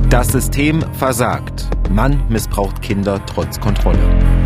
Das System versagt. Mann missbraucht Kinder trotz Kontrolle.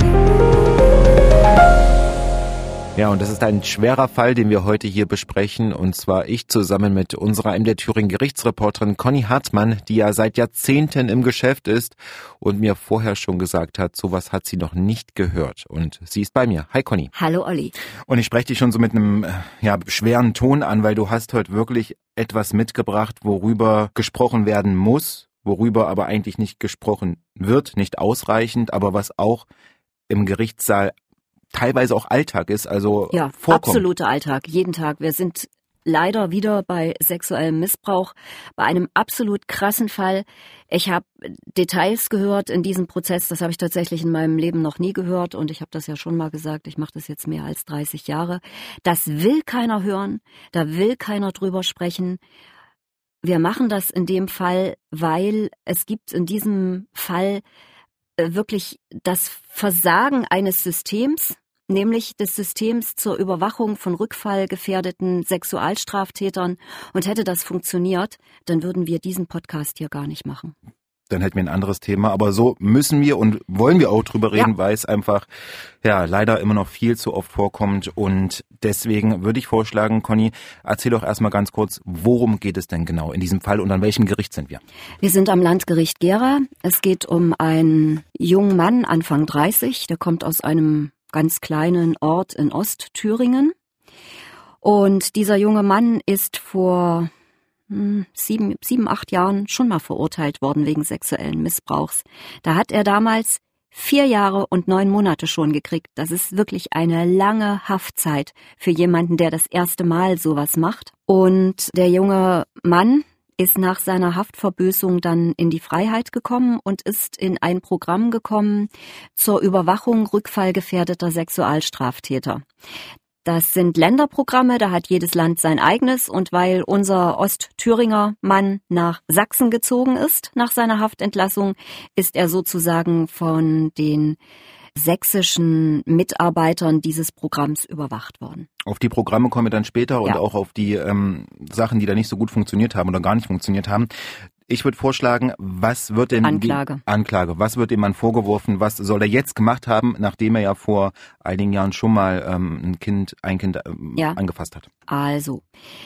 Ja, und das ist ein schwerer Fall, den wir heute hier besprechen. Und zwar ich zusammen mit unserer MDR Thüringen Gerichtsreporterin Conny Hartmann, die ja seit Jahrzehnten im Geschäft ist und mir vorher schon gesagt hat, sowas hat sie noch nicht gehört. Und sie ist bei mir. Hi Conny. Hallo Olli. Und ich spreche dich schon so mit einem schweren Ton an, weil du hast heute wirklich etwas mitgebracht, worüber gesprochen werden muss, worüber aber eigentlich nicht gesprochen wird, nicht ausreichend, aber was auch im Gerichtssaal teilweise auch Alltag ist, also ja, vorkommt. Absoluter Alltag, jeden Tag. Wir sind leider wieder bei sexuellem Missbrauch, bei einem absolut krassen Fall. Ich habe Details gehört in diesem Prozess, das habe ich tatsächlich in meinem Leben noch nie gehört und ich habe das ja schon mal gesagt, ich mache das jetzt mehr als 30 Jahre. Das will keiner hören, da will keiner drüber sprechen. Wir machen das in dem Fall, weil es gibt in diesem Fall wirklich das Versagen eines Systems, nämlich des Systems zur Überwachung von rückfallgefährdeten Sexualstraftätern. Und hätte das funktioniert, dann würden wir diesen Podcast hier gar nicht machen. Dann hätten wir ein anderes Thema, aber so müssen wir und wollen wir auch drüber reden, weil es einfach leider immer noch viel zu oft vorkommt. Und deswegen würde ich vorschlagen, Conny, erzähl doch erstmal ganz kurz, worum geht es denn genau in diesem Fall und an welchem Gericht sind wir? Wir sind am Landgericht Gera. Es geht um einen jungen Mann, Anfang 30, der kommt aus einem ganz kleinen Ort in Ostthüringen. Und dieser junge Mann ist vor 8 Jahren schon mal verurteilt worden wegen sexuellen Missbrauchs. Da hat er damals 4 Jahre und 9 Monate schon gekriegt. Das ist wirklich eine lange Haftzeit für jemanden, der das erste Mal sowas macht. Und der junge Mann ist nach seiner Haftverbüßung dann in die Freiheit gekommen und ist in ein Programm gekommen zur Überwachung rückfallgefährdeter Sexualstraftäter. Das sind Länderprogramme, da hat jedes Land sein eigenes und weil unser Ostthüringer Mann nach Sachsen gezogen ist nach seiner Haftentlassung, ist er sozusagen von den sächsischen Mitarbeitern dieses Programms überwacht worden. Auf die Programme kommen wir dann später und auch auf die Sachen, die da nicht so gut funktioniert haben oder gar nicht funktioniert haben. Ich würde vorschlagen, was wird dem was wird dem Mann vorgeworfen, was soll er jetzt gemacht haben, nachdem er ja vor einigen Jahren schon mal ein Kind angefasst hat? Also,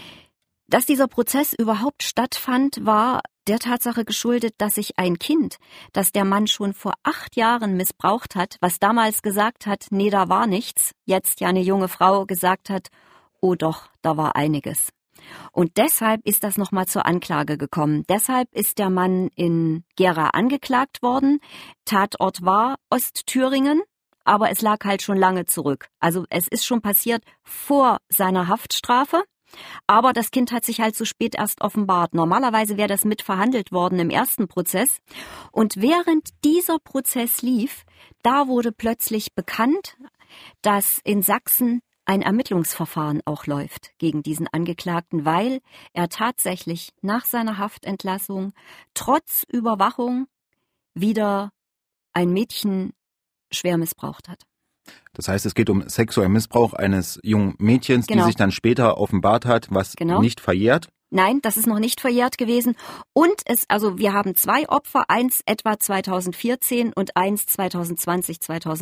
dass dieser Prozess überhaupt stattfand, war der Tatsache geschuldet, dass sich ein Kind, das der Mann schon vor 8 Jahren missbraucht hat, was damals gesagt hat, nee, da war nichts, jetzt ja eine junge Frau gesagt hat, oh doch, da war einiges. Und deshalb ist das nochmal zur Anklage gekommen. Deshalb ist der Mann in Gera angeklagt worden. Tatort war Ostthüringen, aber es lag halt schon lange zurück. Also es ist schon passiert vor seiner Haftstrafe. Aber das Kind hat sich halt so spät erst offenbart. Normalerweise wäre das mit verhandelt worden im ersten Prozess. Und während dieser Prozess lief, da wurde plötzlich bekannt, dass in Sachsen ein Ermittlungsverfahren auch läuft gegen diesen Angeklagten, weil er tatsächlich nach seiner Haftentlassung trotz Überwachung wieder ein Mädchen schwer missbraucht hat. Das heißt, es geht um sexuellen Missbrauch eines jungen Mädchens, die sich dann später offenbart hat, was nicht verjährt. Nein, das ist noch nicht verjährt gewesen. Und wir haben 2 Opfer, eins etwa 2014 und eins 2020,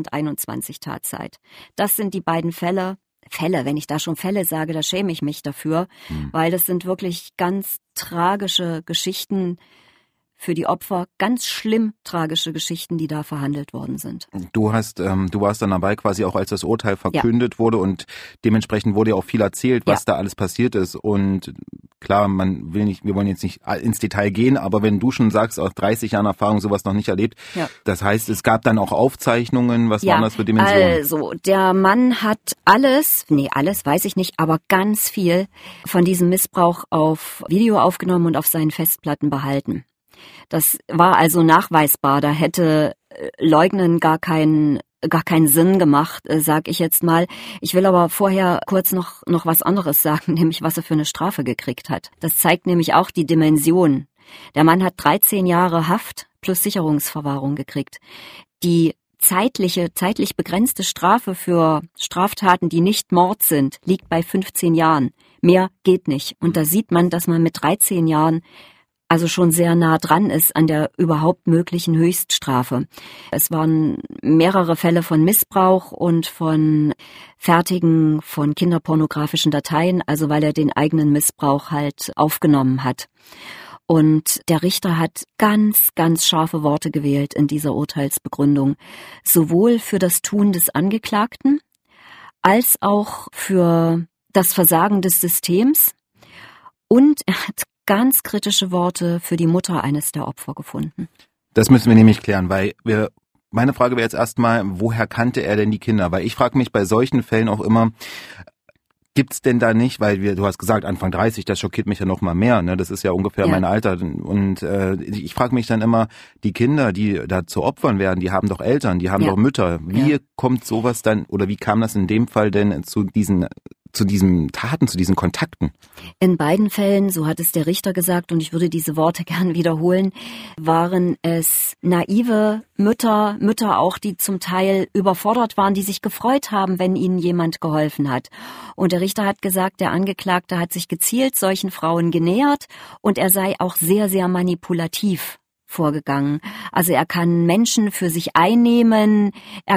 2021 Tatzeit. Das sind die beiden Fälle, wenn ich da schon Fälle sage, da schäme ich mich dafür, weil das sind wirklich ganz tragische Geschichten für die Opfer, ganz schlimm tragische Geschichten, die da verhandelt worden sind. Du warst dann dabei quasi auch, als das Urteil verkündet wurde und dementsprechend wurde ja auch viel erzählt, was da alles passiert ist und klar, wir wollen jetzt nicht ins Detail gehen, aber wenn du schon sagst, aus 30 Jahren Erfahrung sowas noch nicht erlebt, das heißt, es gab dann auch Aufzeichnungen, was waren das für Dimensionen? Also, der Mann hat alles weiß ich nicht, aber ganz viel von diesem Missbrauch auf Video aufgenommen und auf seinen Festplatten behalten. Das war also nachweisbar, da hätte Leugnen gar keinen Sinn gemacht, sag ich jetzt mal. Ich will aber vorher kurz noch was anderes sagen, nämlich was er für eine Strafe gekriegt hat. Das zeigt nämlich auch die Dimension. Der Mann hat 13 Jahre Haft plus Sicherungsverwahrung gekriegt. Die zeitlich begrenzte Strafe für Straftaten, die nicht Mord sind, liegt bei 15 Jahren. Mehr geht nicht. Und da sieht man, dass man mit 13 Jahren also schon sehr nah dran ist an der überhaupt möglichen Höchststrafe. Es waren mehrere Fälle von Missbrauch und von Fertigen von kinderpornografischen Dateien, also weil er den eigenen Missbrauch halt aufgenommen hat. Und der Richter hat ganz, ganz scharfe Worte gewählt in dieser Urteilsbegründung, sowohl für das Tun des Angeklagten als auch für das Versagen des Systems. Und er hat ganz kritische Worte für die Mutter eines der Opfer gefunden. Das müssen wir nämlich klären, weil meine Frage wäre jetzt erstmal, woher kannte er denn die Kinder? Weil ich frage mich bei solchen Fällen auch immer, gibt's denn da nicht, weil du hast gesagt, Anfang 30, das schockiert mich ja noch mal mehr, ne? Das ist ja ungefähr mein Alter. Und ich frage mich dann immer, die Kinder, die da zu Opfern werden, die haben doch Eltern, die haben doch Mütter. Wie kommt sowas dann, oder wie kam das in dem Fall denn zu diesen Taten, zu diesen Kontakten? In beiden Fällen, so hat es der Richter gesagt, und ich würde diese Worte gern wiederholen, waren es naive Mütter auch, die zum Teil überfordert waren, die sich gefreut haben, wenn ihnen jemand geholfen hat. Und der Richter hat gesagt, der Angeklagte hat sich gezielt solchen Frauen genähert und er sei auch sehr, sehr manipulativ vorgegangen. Also er kann Menschen für sich einnehmen, er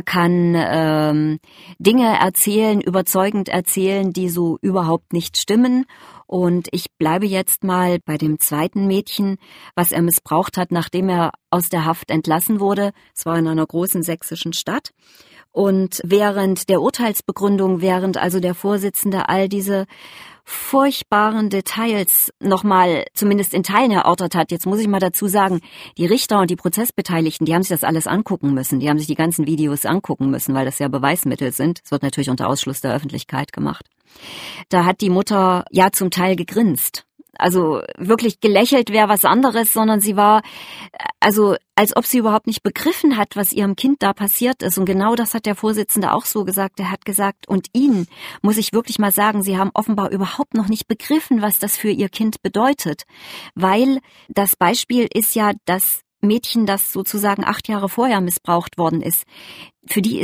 kann Dinge erzählen, überzeugend erzählen, die so überhaupt nicht stimmen. Und ich bleibe jetzt mal bei dem zweiten Mädchen, was er missbraucht hat, nachdem er aus der Haft entlassen wurde. Es war in einer großen sächsischen Stadt. Und während der Urteilsbegründung, während also der Vorsitzende all diese furchtbaren Details nochmal zumindest in Teilen erörtert hat. Jetzt muss ich mal dazu sagen, die Richter und die Prozessbeteiligten, die haben sich das alles angucken müssen. Die haben sich die ganzen Videos angucken müssen, weil das ja Beweismittel sind. Es wird natürlich unter Ausschluss der Öffentlichkeit gemacht. Da hat die Mutter ja zum Teil gegrinst. Also wirklich gelächelt wäre was anderes, sondern sie war, also als ob sie überhaupt nicht begriffen hat, was ihrem Kind da passiert ist. Und genau das hat der Vorsitzende auch so gesagt. Er hat gesagt, und Ihnen muss ich wirklich mal sagen, Sie haben offenbar überhaupt noch nicht begriffen, was das für Ihr Kind bedeutet. Weil das Beispiel ist ja das Mädchen, das sozusagen 8 Jahre vorher missbraucht worden ist. Für die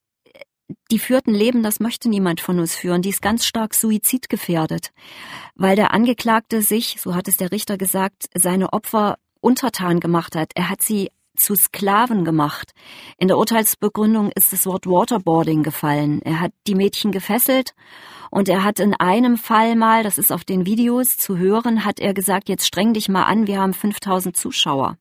führt ein Leben, das möchte niemand von uns führen. Die ist ganz stark suizidgefährdet, weil der Angeklagte sich, so hat es der Richter gesagt, seine Opfer untertan gemacht hat. Er hat sie zu Sklaven gemacht. In der Urteilsbegründung ist das Wort Waterboarding gefallen. Er hat die Mädchen gefesselt und er hat in einem Fall mal, das ist auf den Videos zu hören, hat er gesagt, jetzt streng dich mal an, wir haben 5000 Zuschauer.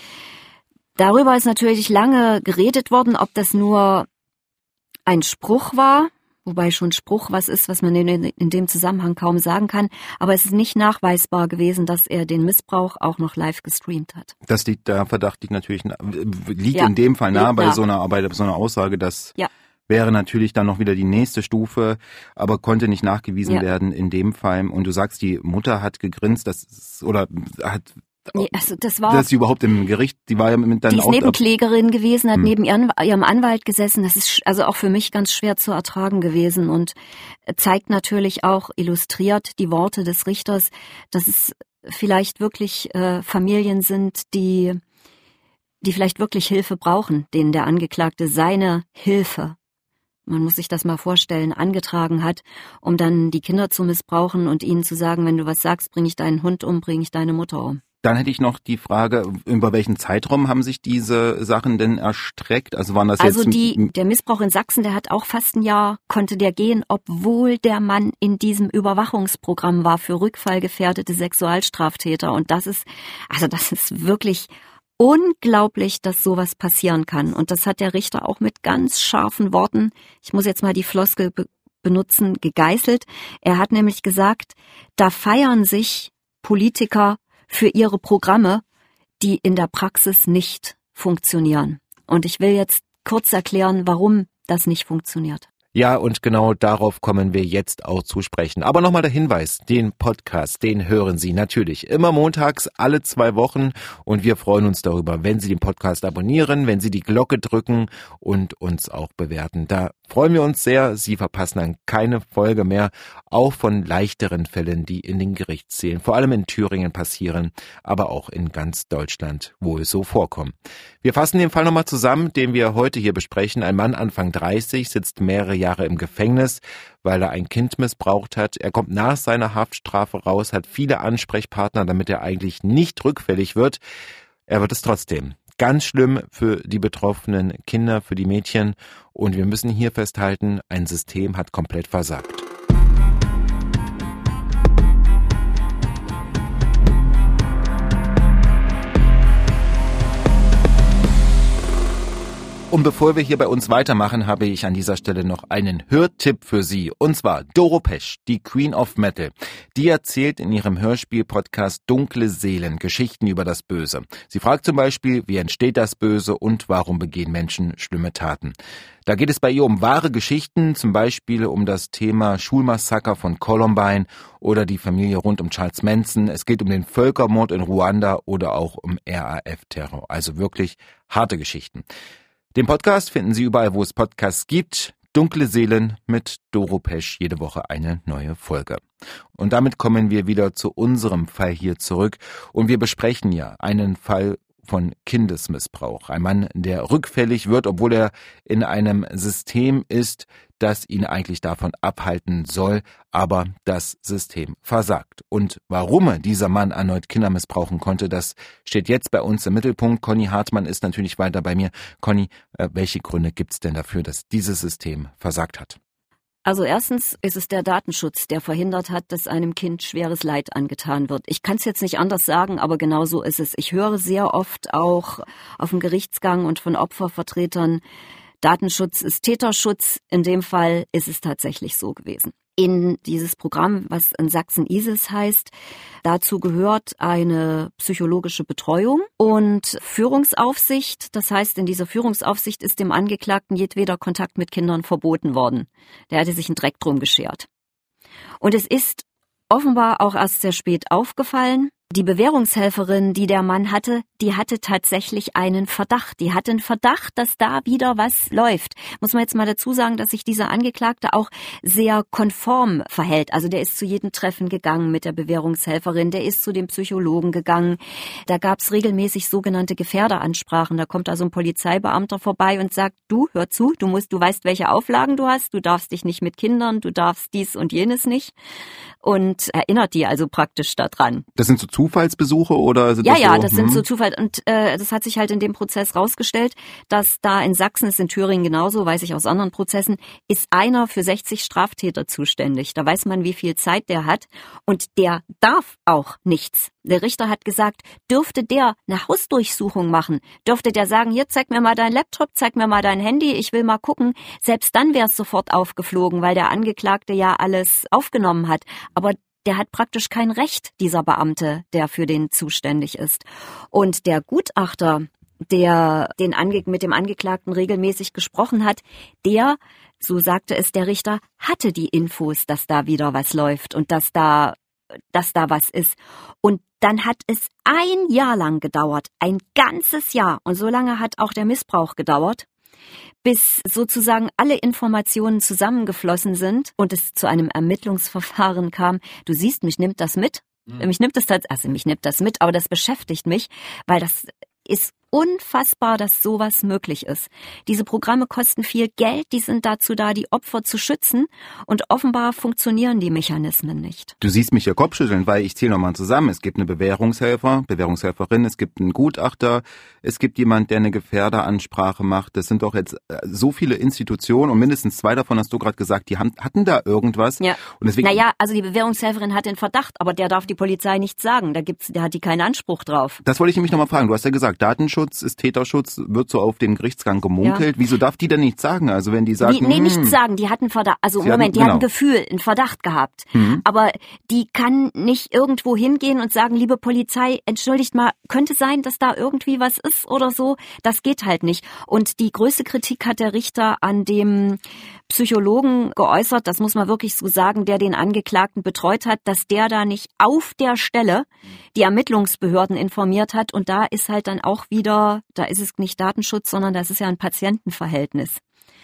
Darüber ist natürlich lange geredet worden, ob das nur ein Spruch war, wobei schon Spruch was ist, was man in dem Zusammenhang kaum sagen kann, aber es ist nicht nachweisbar gewesen, dass er den Missbrauch auch noch live gestreamt hat. Der Verdacht liegt natürlich, liegt in dem Fall nahe bei so einer Aussage, das wäre natürlich dann noch wieder die nächste Stufe, aber konnte nicht nachgewiesen werden in dem Fall. Und du sagst, die Mutter hat gegrinst, Nee, also das war, dass sie überhaupt im Gericht, die war ja mit dann die ist auch Nebenklägerin gewesen, hat neben ihrem Anwalt gesessen. Das ist also auch für mich ganz schwer zu ertragen gewesen und zeigt natürlich auch, illustriert die Worte des Richters, dass es vielleicht wirklich Familien sind, die vielleicht wirklich Hilfe brauchen, denen der Angeklagte seine Hilfe, man muss sich das mal vorstellen, angetragen hat, um dann die Kinder zu missbrauchen und ihnen zu sagen, wenn du was sagst, bringe ich deinen Hund um, bringe ich deine Mutter um. Dann hätte ich noch die Frage, über welchen Zeitraum haben sich diese Sachen denn erstreckt? Also waren das der Missbrauch in Sachsen, der hat auch fast ein Jahr, konnte der gehen, obwohl der Mann in diesem Überwachungsprogramm war für rückfallgefährdete Sexualstraftäter. Und das ist wirklich unglaublich, dass sowas passieren kann. Und das hat der Richter auch mit ganz scharfen Worten, ich muss jetzt mal die Floskel benutzen, gegeißelt. Er hat nämlich gesagt, da feiern sich Politiker für ihre Programme, die in der Praxis nicht funktionieren. Und ich will jetzt kurz erklären, warum das nicht funktioniert. Ja, und genau darauf kommen wir jetzt auch zu sprechen. Aber nochmal der Hinweis, den Podcast, den hören Sie natürlich immer montags, alle 2 Wochen. Und wir freuen uns darüber, wenn Sie den Podcast abonnieren, wenn Sie die Glocke drücken und uns auch bewerten. Da freuen wir uns sehr. Sie verpassen dann keine Folge mehr, auch von leichteren Fällen, die in den Gerichtssälen, vor allem in Thüringen passieren, aber auch in ganz Deutschland wohl so vorkommen. Wir fassen den Fall nochmal zusammen, den wir heute hier besprechen. Ein Mann Anfang 30 sitzt mehrere Jahre im Gefängnis, weil er ein Kind missbraucht hat. Er kommt nach seiner Haftstrafe raus, hat viele Ansprechpartner, damit er eigentlich nicht rückfällig wird. Er wird es trotzdem. Ganz schlimm für die betroffenen Kinder, für die Mädchen. Und wir müssen hier festhalten, ein System hat komplett versagt. Und bevor wir hier bei uns weitermachen, habe ich an dieser Stelle noch einen Hörtipp für Sie. Und zwar Doro Pesch, die Queen of Metal. Die erzählt in ihrem Hörspiel-Podcast Dunkle Seelen Geschichten über das Böse. Sie fragt zum Beispiel, wie entsteht das Böse und warum begehen Menschen schlimme Taten. Da geht es bei ihr um wahre Geschichten, zum Beispiel um das Thema Schulmassaker von Columbine oder die Familie rund um Charles Manson. Es geht um den Völkermord in Ruanda oder auch um RAF-Terror. Also wirklich harte Geschichten. Den Podcast finden Sie überall, wo es Podcasts gibt. Dunkle Seelen mit Doro Pesch, jede Woche eine neue Folge. Und damit kommen wir wieder zu unserem Fall hier zurück. Und wir besprechen ja einen Fall von Kindesmissbrauch. Ein Mann, der rückfällig wird, obwohl er in einem System ist, das ihn eigentlich davon abhalten soll, aber das System versagt. Und warum dieser Mann erneut Kinder missbrauchen konnte, das steht jetzt bei uns im Mittelpunkt. Conny Hartmann ist natürlich weiter bei mir. Conny, welche Gründe gibt es denn dafür, dass dieses System versagt hat? Also erstens ist es der Datenschutz, der verhindert hat, dass einem Kind schweres Leid angetan wird. Ich kann es jetzt nicht anders sagen, aber genau so ist es. Ich höre sehr oft auch auf dem Gerichtsgang und von Opfervertretern, Datenschutz ist Täterschutz. In dem Fall ist es tatsächlich so gewesen. In dieses Programm, was in Sachsen ISIS heißt, dazu gehört eine psychologische Betreuung und Führungsaufsicht. Das heißt, in dieser Führungsaufsicht ist dem Angeklagten jedweder Kontakt mit Kindern verboten worden. Der hatte sich einen Dreck drum geschert. Und es ist offenbar auch erst sehr spät aufgefallen. Die Bewährungshelferin, die der Mann hatte, die hatte tatsächlich einen Verdacht. Die hatte einen Verdacht, dass da wieder was läuft. Muss man jetzt mal dazu sagen, dass sich dieser Angeklagte auch sehr konform verhält. Also der ist zu jedem Treffen gegangen mit der Bewährungshelferin, der ist zu dem Psychologen gegangen. Da gab es regelmäßig sogenannte Gefährderansprachen. Da kommt also ein Polizeibeamter vorbei und sagt, du, hör zu, du weißt, welche Auflagen du hast, du darfst dich nicht mit Kindern, du darfst dies und jenes nicht. Und erinnert die also praktisch daran. Das sind so Zufallsbesuche oder sind das so? Das sind so Zufall. Und das hat sich halt in dem Prozess rausgestellt, dass da in Sachsen, ist in Thüringen genauso, weiß ich aus anderen Prozessen, ist einer für 60 Straftäter zuständig. Da weiß man, wie viel Zeit der hat und der darf auch nichts. Der Richter hat gesagt, dürfte der eine Hausdurchsuchung machen, dürfte der sagen, hier, zeig mir mal dein Laptop, zeig mir mal dein Handy, ich will mal gucken. Selbst dann wäre es sofort aufgeflogen, weil der Angeklagte ja alles aufgenommen hat. Aber der hat praktisch kein Recht, dieser Beamte, der für den zuständig ist. Und der Gutachter, der mit dem Angeklagten regelmäßig gesprochen hat, der, so sagte es der Richter, hatte die Infos, dass da wieder was läuft und dass da was ist. Und dann hat es 1 Jahr lang gedauert, ein ganzes Jahr. Und so lange hat auch der Missbrauch gedauert, bis sozusagen alle Informationen zusammengeflossen sind und es zu einem Ermittlungsverfahren kam. Du siehst, mich nimmt das mit. Mich nimmt das mit, aber das beschäftigt mich, weil das ist unfassbar, dass sowas möglich ist. Diese Programme kosten viel Geld, die sind dazu da, die Opfer zu schützen und offenbar funktionieren die Mechanismen nicht. Du siehst mich ja Kopfschütteln, weil ich zähle nochmal zusammen. Es gibt eine Bewährungshelferin, es gibt einen Gutachter, es gibt jemand, der eine Gefährderansprache macht. Das sind doch jetzt so viele Institutionen und mindestens 2 davon, hast du gerade gesagt, die hatten da irgendwas. Ja. Und deswegen, also die Bewährungshelferin hat den Verdacht, aber der darf die Polizei nichts sagen. Der hat die keinen Anspruch drauf. Das wollte ich nämlich nochmal fragen. Du hast ja gesagt, Datenschutz ist Täterschutz, wird so auf dem Gerichtsgang gemunkelt. Ja. Wieso darf die denn nichts sagen? Also wenn die sagen... nichts sagen, die hatten Verdacht. Also die hatten ein Gefühl, einen Verdacht gehabt. Aber die kann nicht irgendwo hingehen und sagen, liebe Polizei, entschuldigt mal, könnte sein, dass da irgendwie was ist oder so. Das geht halt nicht. Und die größte Kritik hat der Richter an dem Psychologen geäußert, das muss man wirklich so sagen, der den Angeklagten betreut hat, dass der da nicht auf der Stelle die Ermittlungsbehörden informiert hat. Und da ist halt dann auch wieder, da ist es nicht Datenschutz, sondern das ist ja ein Patientenverhältnis.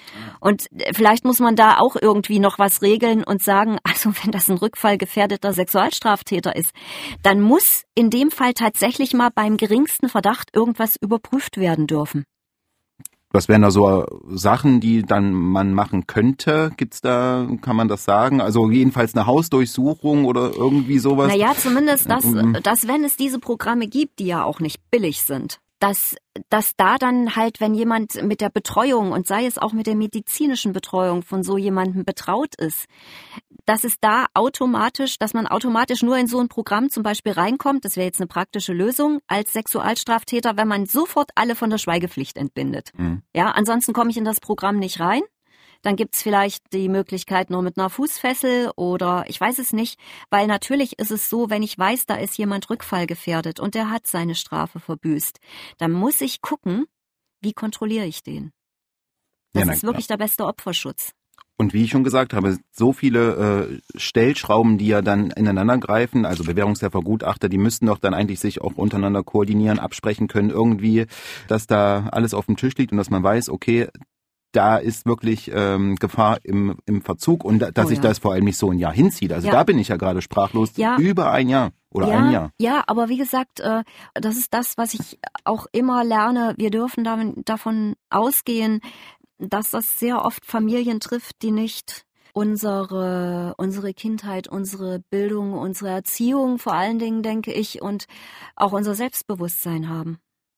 Und vielleicht muss man da auch irgendwie noch was regeln und sagen, also wenn das ein rückfallgefährdeter Sexualstraftäter ist, dann muss in dem Fall tatsächlich mal beim geringsten Verdacht irgendwas überprüft werden dürfen. Was wären da so Sachen, die dann man machen könnte? Gibt's da, kann man das sagen? Also jedenfalls eine Hausdurchsuchung oder irgendwie sowas? Naja, zumindest, dass wenn es diese Programme gibt, die ja auch nicht billig sind, dass da dann halt, wenn jemand mit der Betreuung und sei es auch mit der medizinischen Betreuung von so jemandem betraut ist, dass man automatisch nur in so ein Programm zum Beispiel reinkommt, das wäre jetzt eine praktische Lösung, als Sexualstraftäter, wenn man sofort alle von der Schweigepflicht entbindet. Mhm. Ja, ansonsten komme ich in das Programm nicht rein. Dann gibt's vielleicht die Möglichkeit nur mit einer Fußfessel oder ich weiß es nicht, weil natürlich ist es so, wenn ich weiß, da ist jemand rückfallgefährdet und der hat seine Strafe verbüßt, dann muss ich gucken, wie kontrolliere ich den. Das ist wirklich der beste Opferschutz. Und wie ich schon gesagt habe, so viele Stellschrauben, die ja dann ineinander greifen, also Bewährungshelfer, die müssten doch dann eigentlich sich auch untereinander koordinieren, absprechen können irgendwie, dass da alles auf dem Tisch liegt und dass man weiß, okay, da ist wirklich Gefahr im Verzug und dass sich das vor allem nicht so ein Jahr hinzieht. Also da bin ich ja gerade sprachlos, über ein Jahr oder ein Jahr. Ja, aber wie gesagt, das ist das, was ich auch immer lerne. Wir dürfen davon ausgehen, dass das sehr oft Familien trifft, die nicht unsere Kindheit, unsere Bildung, unsere Erziehung vor allen Dingen, denke ich, und auch unser Selbstbewusstsein haben.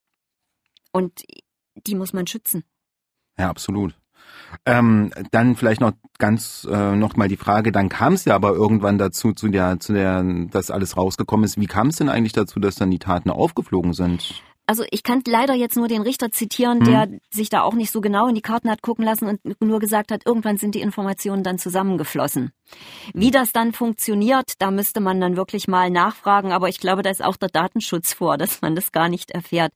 Und die muss man schützen. Ja, absolut. Dann vielleicht noch noch mal die Frage, dann kam es ja aber irgendwann dazu, dass alles rausgekommen ist. Wie kam es denn eigentlich dazu, dass dann die Taten aufgeflogen sind? Also ich kann leider jetzt nur den Richter zitieren, der sich da auch nicht so genau in die Karten hat gucken lassen und nur gesagt hat, irgendwann sind die Informationen dann zusammengeflossen. Wie das dann funktioniert, da müsste man dann wirklich mal nachfragen, aber ich glaube, da ist auch der Datenschutz vor, dass man das gar nicht erfährt.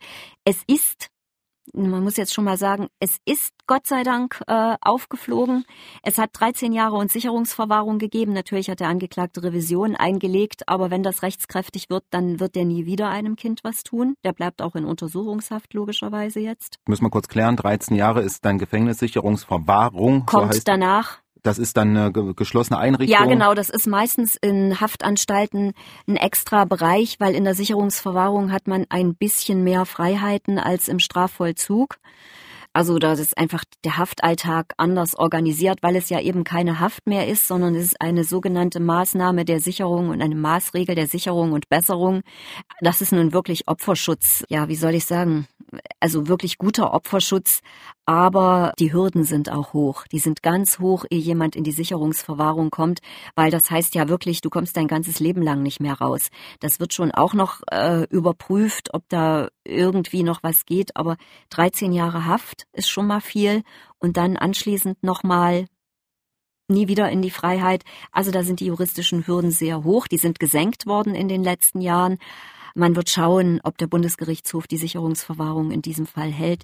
Man muss jetzt schon mal sagen, es ist Gott sei Dank aufgeflogen. Es hat 13 Jahre und Sicherungsverwahrung gegeben. Natürlich hat der Angeklagte Revision eingelegt, aber wenn das rechtskräftig wird, dann wird der nie wieder einem Kind was tun. Der bleibt auch in Untersuchungshaft logischerweise jetzt. Müssen wir kurz klären, 13 Jahre ist dann Gefängnissicherungsverwahrung. Kommt so danach. Das ist dann eine geschlossene Einrichtung? Ja, genau. Das ist meistens in Haftanstalten ein extra Bereich, weil in der Sicherungsverwahrung hat man ein bisschen mehr Freiheiten als im Strafvollzug. Also da ist einfach der Haftalltag anders organisiert, weil es ja eben keine Haft mehr ist, sondern es ist eine sogenannte Maßnahme der Sicherung und eine Maßregel der Sicherung und Besserung. Das ist nun wirklich Opferschutz. Ja, wie soll ich sagen? Also wirklich guter Opferschutz, aber die Hürden sind auch hoch. Die sind ganz hoch, ehe jemand in die Sicherungsverwahrung kommt, weil das heißt ja wirklich, du kommst dein ganzes Leben lang nicht mehr raus. Das wird schon auch noch überprüft, ob da irgendwie noch was geht, aber 13 Jahre Haft ist schon mal viel und dann anschließend nochmal nie wieder in die Freiheit. Also da sind die juristischen Hürden sehr hoch, die sind gesenkt worden in den letzten Jahren. Man wird schauen, ob der Bundesgerichtshof die Sicherungsverwahrung in diesem Fall hält.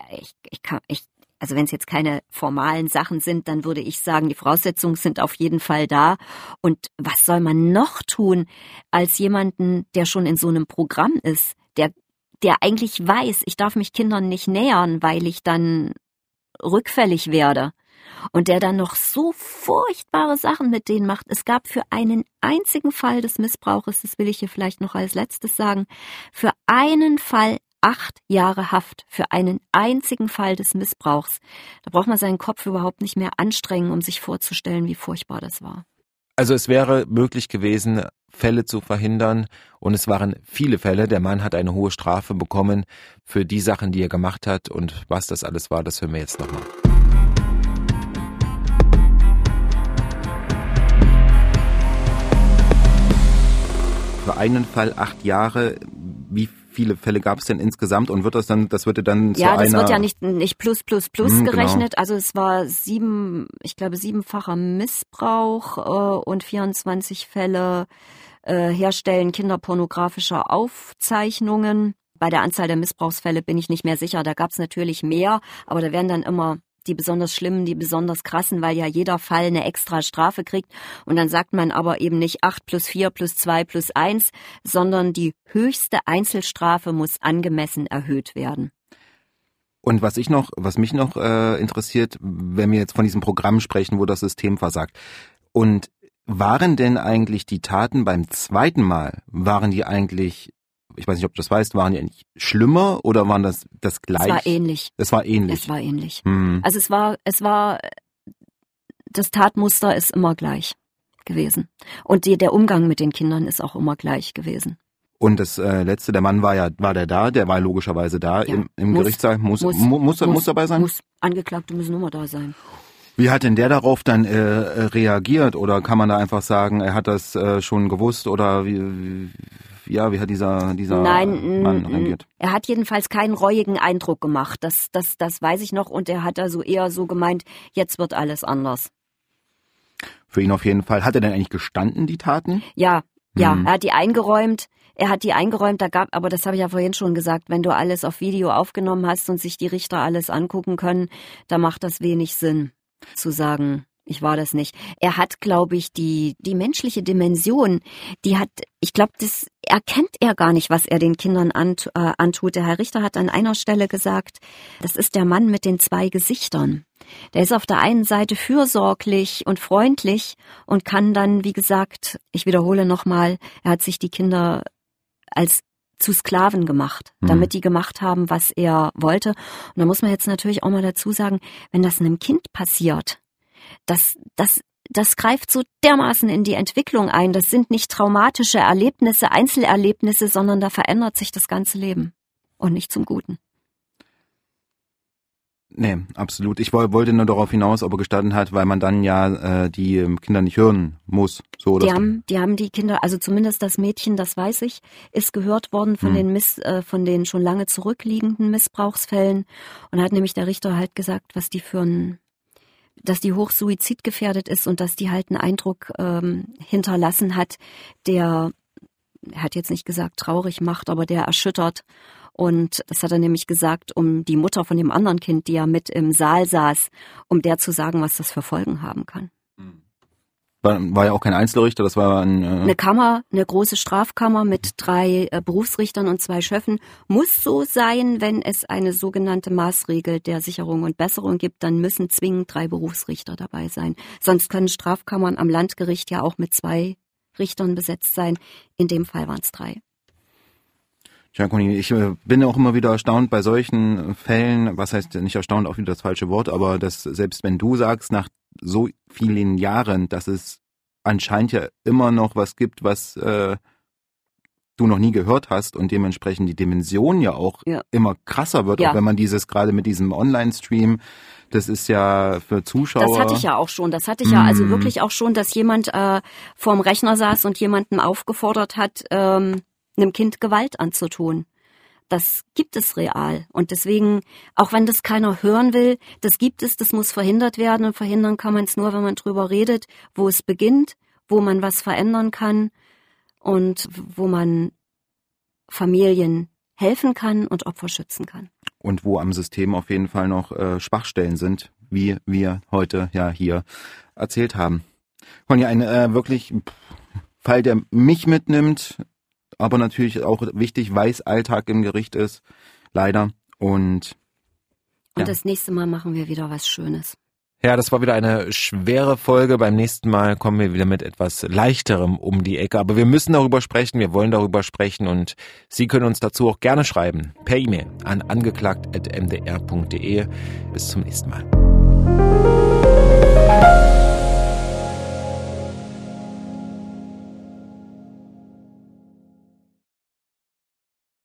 Also wenn es jetzt keine formalen Sachen sind, dann würde ich sagen, die Voraussetzungen sind auf jeden Fall da. Und was soll man noch tun als jemanden, der schon in so einem Programm ist, der eigentlich weiß, ich darf mich Kindern nicht nähern, weil ich dann rückfällig werde. Und der dann noch so furchtbare Sachen mit denen macht. Es gab für einen einzigen Fall des Missbrauches, das will ich hier vielleicht noch als letztes sagen, für einen Fall 8 Jahre Haft, für einen einzigen Fall des Missbrauchs. Da braucht man seinen Kopf überhaupt nicht mehr anstrengen, um sich vorzustellen, wie furchtbar das war. Also es wäre möglich gewesen, Fälle zu verhindern und es waren viele Fälle. Der Mann hat eine hohe Strafe bekommen für die Sachen, die er gemacht hat und was das alles war, das hören wir jetzt nochmal. Für einen Fall 8 Jahre, wie viele Fälle gab es denn insgesamt und das würde dann zu einer... Ja, das wird ja nicht plus gerechnet, genau. Also es war 7-facher Missbrauch und 24 Fälle Herstellen kinderpornografischer Aufzeichnungen. Bei der Anzahl der Missbrauchsfälle bin ich nicht mehr sicher, da gab es natürlich mehr, aber da werden dann immer die besonders schlimmen, die besonders krassen, weil ja jeder Fall eine extra Strafe kriegt. Und dann sagt man aber eben nicht 8 plus 4 plus 2 plus 1, sondern die höchste Einzelstrafe muss angemessen erhöht werden. Und was mich noch interessiert, wenn wir jetzt von diesem Programm sprechen, wo das System versagt. Und waren denn eigentlich die Taten beim zweiten Mal, waren die eigentlich ich weiß nicht, ob du das weißt, waren die eigentlich schlimmer oder waren das gleiche? Es war ähnlich. Es war ähnlich. Es war ähnlich. Also es war, das Tatmuster ist immer gleich gewesen. Und der Umgang mit den Kindern ist auch immer gleich gewesen. Und das letzte, der Mann war der war logischerweise da im Gerichtssaal, muss dabei sein? Muss, Angeklagte müssen immer da sein. Wie hat denn der darauf dann reagiert? Oder kann man da einfach sagen, er hat das schon gewusst? Oder wie hat dieser Mann reagiert? Er hat jedenfalls keinen reuigen Eindruck gemacht. Das weiß ich noch. Und er hat also eher so gemeint, jetzt wird alles anders. Für ihn auf jeden Fall. Hat er denn eigentlich gestanden, die Taten? Ja, er hat die eingeräumt. Aber das habe ich ja vorhin schon gesagt, wenn du alles auf Video aufgenommen hast und sich die Richter alles angucken können, da macht das wenig Sinn zu sagen, ich war das nicht. Er hat, glaube ich, die menschliche Dimension, ich glaube, das erkennt er gar nicht, was er den Kindern antut. Der Herr Richter hat an einer Stelle gesagt, das ist der Mann mit den 2 Gesichtern. Der ist auf der einen Seite fürsorglich und freundlich und kann dann, wie gesagt, ich wiederhole nochmal, er hat sich die Kinder als zu Sklaven gemacht, damit die gemacht haben, was er wollte. Und da muss man jetzt natürlich auch mal dazu sagen, wenn das einem Kind passiert, das greift so dermaßen in die Entwicklung ein. Das sind nicht traumatische Erlebnisse, Einzelerlebnisse, sondern da verändert sich das ganze Leben und nicht zum Guten. Nee, absolut. Ich wollte nur darauf hinaus, ob er gestanden hat, weil man dann ja die Kinder nicht hören muss. So, die haben die Kinder, also zumindest das Mädchen, das weiß ich, ist gehört worden von den schon lange zurückliegenden Missbrauchsfällen. Und hat nämlich der Richter halt gesagt, was die dass die hoch suizidgefährdet ist und dass die halt einen Eindruck hinterlassen hat, er hat jetzt nicht gesagt traurig macht, aber der erschüttert. Und das hat er nämlich gesagt, um die Mutter von dem anderen Kind, die ja mit im Saal saß, um der zu sagen, was das für Folgen haben kann. War ja auch kein Einzelrichter, das war eine Kammer, eine große Strafkammer mit 3 Berufsrichtern und 2 Schöffen. Muss so sein, wenn es eine sogenannte Maßregel der Sicherung und Besserung gibt, dann müssen zwingend 3 Berufsrichter dabei sein. Sonst können Strafkammern am Landgericht ja auch mit 2 Richtern besetzt sein. In dem Fall waren es 3. Tja, Conny, ich bin auch immer wieder erstaunt bei solchen Fällen, was heißt nicht erstaunt, auch wieder das falsche Wort, aber dass selbst wenn du sagst, nach so vielen Jahren, dass es anscheinend ja immer noch was gibt, was du noch nie gehört hast und dementsprechend die Dimension ja auch immer krasser wird, auch wenn man gerade mit diesem Online-Stream, das ist ja für Zuschauer... Das hatte ich ja auch schon, also wirklich auch schon, dass jemand vorm Rechner saß und jemanden aufgefordert hat, einem Kind Gewalt anzutun. Das gibt es real. Und deswegen, auch wenn das keiner hören will, das gibt es, das muss verhindert werden. Und verhindern kann man es nur, wenn man drüber redet, wo es beginnt, wo man was verändern kann und wo man Familien helfen kann und Opfer schützen kann. Und wo am System auf jeden Fall noch Schwachstellen sind, wie wir heute ja hier erzählt haben. Conny, ein wirklich Fall, der mich mitnimmt, aber natürlich auch wichtig, weil es Alltag im Gericht ist, leider. Und das nächste Mal machen wir wieder was Schönes. Ja, das war wieder eine schwere Folge. Beim nächsten Mal kommen wir wieder mit etwas Leichterem um die Ecke. Aber wir müssen darüber sprechen, wir wollen darüber sprechen und Sie können uns dazu auch gerne schreiben. Per E-Mail an angeklagt@mdr.de. Bis zum nächsten Mal.